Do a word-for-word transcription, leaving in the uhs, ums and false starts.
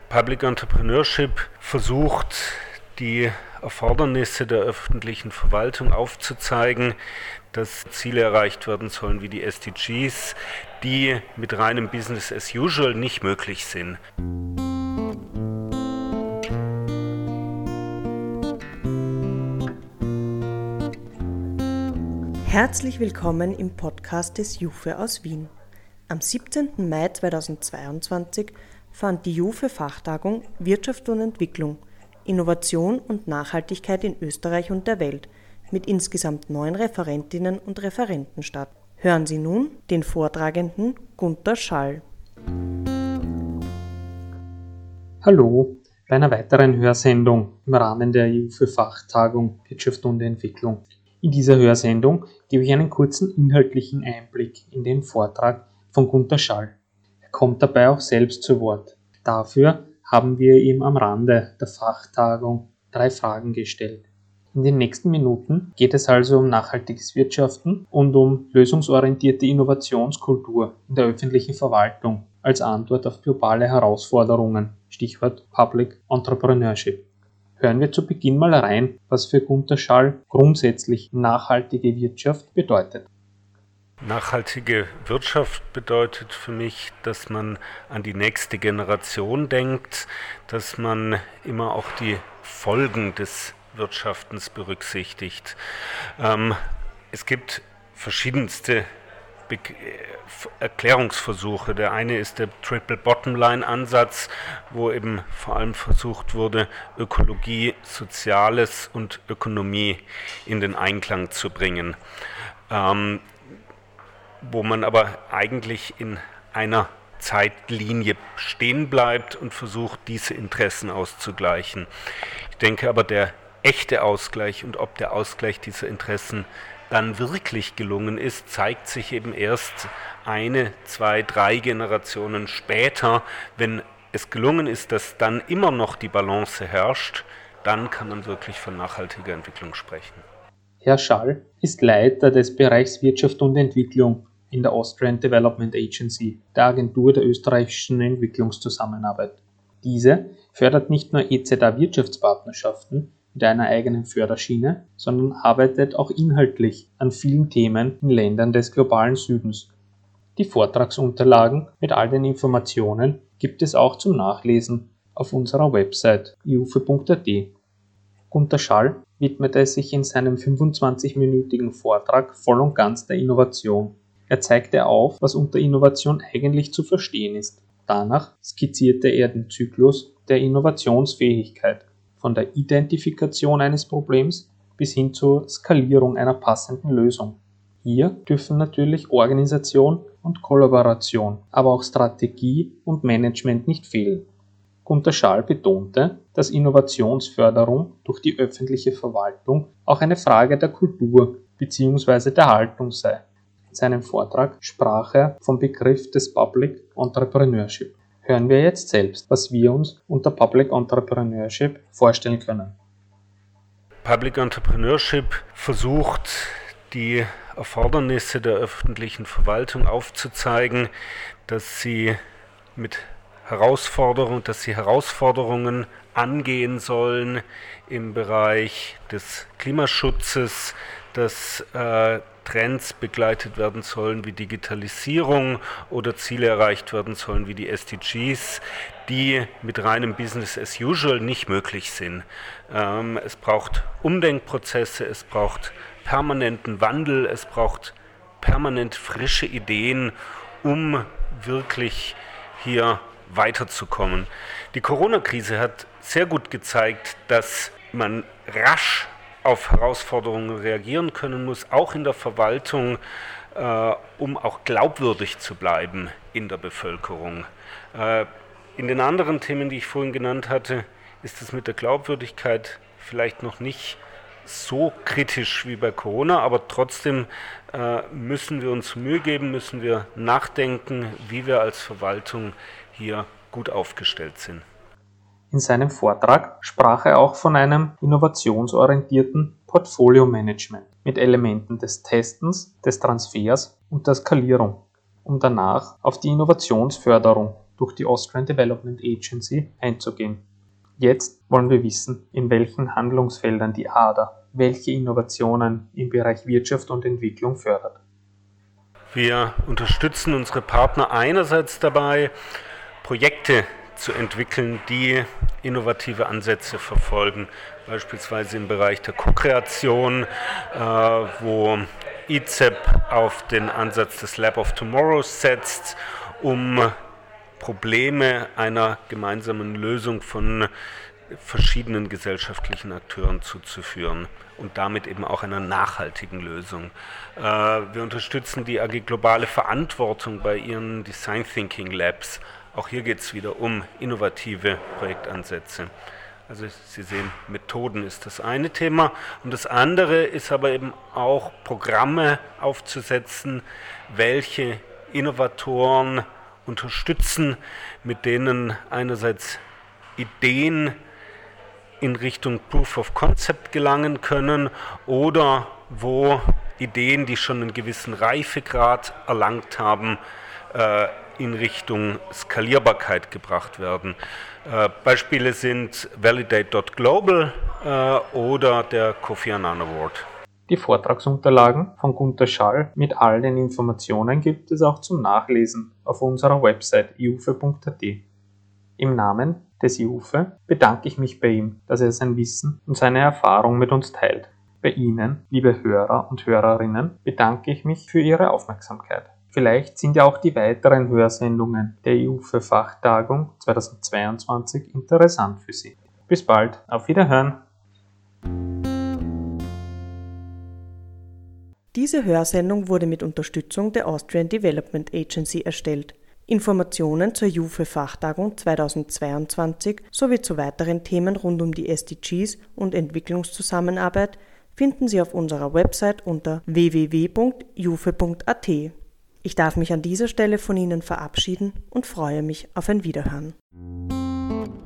Public Entrepreneurship versucht, die Erfordernisse der öffentlichen Verwaltung aufzuzeigen, dass Ziele erreicht werden sollen wie die S D Gs, die mit reinem Business as usual nicht möglich sind. Herzlich willkommen im Podcast des JUFE aus Wien. Am siebzehnten Mai zweitausendzweiundzwanzig fand die JUFE-Fachtagung Wirtschaft und Entwicklung, Innovation und Nachhaltigkeit in Österreich und der Welt mit insgesamt neun Referentinnen und Referenten statt. Hören Sie nun den Vortragenden Gunter Schall. Hallo, bei einer weiteren Hörsendung im Rahmen der JUFE-Fachtagung Wirtschaft und Entwicklung. In dieser Hörsendung gebe ich einen kurzen inhaltlichen Einblick in den Vortrag von Gunter Schall. Er kommt dabei auch selbst zu Wort. Dafür haben wir ihm am Rande der Fachtagung drei Fragen gestellt. In den nächsten Minuten geht es also um nachhaltiges Wirtschaften und um lösungsorientierte Innovationskultur in der öffentlichen Verwaltung als Antwort auf globale Herausforderungen, Stichwort Public Entrepreneurship. Hören wir zu Beginn mal rein, was für Gunter Schall grundsätzlich nachhaltige Wirtschaft bedeutet. Nachhaltige Wirtschaft bedeutet für mich, dass man an die nächste Generation denkt, dass man immer auch die Folgen des Wirtschaftens berücksichtigt. Ähm, es gibt verschiedenste Be- Erklärungsversuche. Der eine ist der Triple Bottom Line Ansatz, wo eben vor allem versucht wurde, Ökologie, Soziales und Ökonomie in den Einklang zu bringen. Ähm, wo man aber eigentlich in einer Zeitlinie stehen bleibt und versucht, diese Interessen auszugleichen. Ich denke aber, der echte Ausgleich und ob der Ausgleich dieser Interessen dann wirklich gelungen ist, zeigt sich eben erst eine, zwei, drei Generationen später. Wenn es gelungen ist, dass dann immer noch die Balance herrscht, dann kann man wirklich von nachhaltiger Entwicklung sprechen. Herr Schall ist Leiter des Bereichs Wirtschaft und Entwicklung in der Austrian Development Agency, der Agentur der österreichischen Entwicklungszusammenarbeit. Diese fördert nicht nur E Z A-Wirtschaftspartnerschaften mit einer eigenen Förderschiene, sondern arbeitet auch inhaltlich an vielen Themen in Ländern des globalen Südens. Die Vortragsunterlagen mit all den Informationen gibt es auch zum Nachlesen auf unserer Website jufe punkt a t. Gunter Schall widmete sich in seinem fünfundzwanzigminütigen Vortrag voll und ganz der Innovation. Er zeigte auf, was unter Innovation eigentlich zu verstehen ist. Danach skizzierte er den Zyklus der Innovationsfähigkeit, von der Identifikation eines Problems bis hin zur Skalierung einer passenden Lösung. Hier dürfen natürlich Organisation und Kollaboration, aber auch Strategie und Management nicht fehlen. Gunter Schall betonte, dass Innovationsförderung durch die öffentliche Verwaltung auch eine Frage der Kultur bzw. der Haltung sei. In seinem Vortrag sprach er vom Begriff des Public Entrepreneurship. Hören wir jetzt selbst, was wir uns unter Public Entrepreneurship vorstellen können. Public Entrepreneurship versucht, die Erfordernisse der öffentlichen Verwaltung aufzuzeigen, dass sie mit Herausforderungen, dass sie Herausforderungen angehen sollen im Bereich des Klimaschutzes, dass äh, Trends begleitet werden sollen wie Digitalisierung oder Ziele erreicht werden sollen wie die S D Gs, die mit reinem Business as usual nicht möglich sind. Ähm, es braucht Umdenkprozesse, es braucht permanenten Wandel, es braucht permanent frische Ideen, um wirklich hier weiterzukommen. Die Corona-Krise hat sehr gut gezeigt, dass man rasch auf Herausforderungen reagieren können muss, auch in der Verwaltung, äh, um auch glaubwürdig zu bleiben in der Bevölkerung. Äh, in den anderen Themen, die ich vorhin genannt hatte, ist es mit der Glaubwürdigkeit vielleicht noch nicht so kritisch wie bei Corona, aber trotzdem äh, müssen wir uns Mühe geben, müssen wir nachdenken, wie wir als Verwaltung hier gut aufgestellt sind. In seinem Vortrag sprach er auch von einem innovationsorientierten Portfolio-Management mit Elementen des Testens, des Transfers und der Skalierung, um danach auf die Innovationsförderung durch die Austrian Development Agency einzugehen. Jetzt wollen wir wissen, in welchen Handlungsfeldern die A D A welche Innovationen im Bereich Wirtschaft und Entwicklung fördert. Wir unterstützen unsere Partner einerseits dabei, Projekte zu entwickeln, die innovative Ansätze verfolgen, beispielsweise im Bereich der Co-Kreation, äh, wo I Z E P auf den Ansatz des Lab of Tomorrow setzt, um Probleme einer gemeinsamen Lösung von verschiedenen gesellschaftlichen Akteuren zuzuführen und damit eben auch einer nachhaltigen Lösung. Äh, wir unterstützen die A G Globale Verantwortung bei ihren Design Thinking Labs. Auch hier geht es wieder um innovative Projektansätze. Also Sie sehen, Methoden ist das eine Thema und das andere ist aber eben auch Programme aufzusetzen, welche Innovatoren unterstützen, mit denen einerseits Ideen in Richtung Proof of Concept gelangen können oder wo Ideen, die schon einen gewissen Reifegrad erlangt haben, äh, in Richtung Skalierbarkeit gebracht werden. Äh, Beispiele sind Validate Punkt global äh, oder der Kofi Annan Award. Die Vortragsunterlagen von Gunter Schall mit all den Informationen gibt es auch zum Nachlesen auf unserer Website i u f e punkt a t. Im Namen des I U F E bedanke ich mich bei ihm, dass er sein Wissen und seine Erfahrung mit uns teilt. Bei Ihnen, liebe Hörer und Hörerinnen, bedanke ich mich für Ihre Aufmerksamkeit. Vielleicht sind ja auch die weiteren Hörsendungen der I U F E-Fachtagung zweitausendzweiundzwanzig interessant für Sie. Bis bald, auf Wiederhören! Diese Hörsendung wurde mit Unterstützung der Austrian Development Agency erstellt. Informationen zur I U F E-Fachtagung zweitausendzweiundzwanzig sowie zu weiteren Themen rund um die S D Gs und Entwicklungszusammenarbeit finden Sie auf unserer Website unter w w w punkt i u f e punkt a t. Ich darf mich an dieser Stelle von Ihnen verabschieden und freue mich auf ein Wiederhören.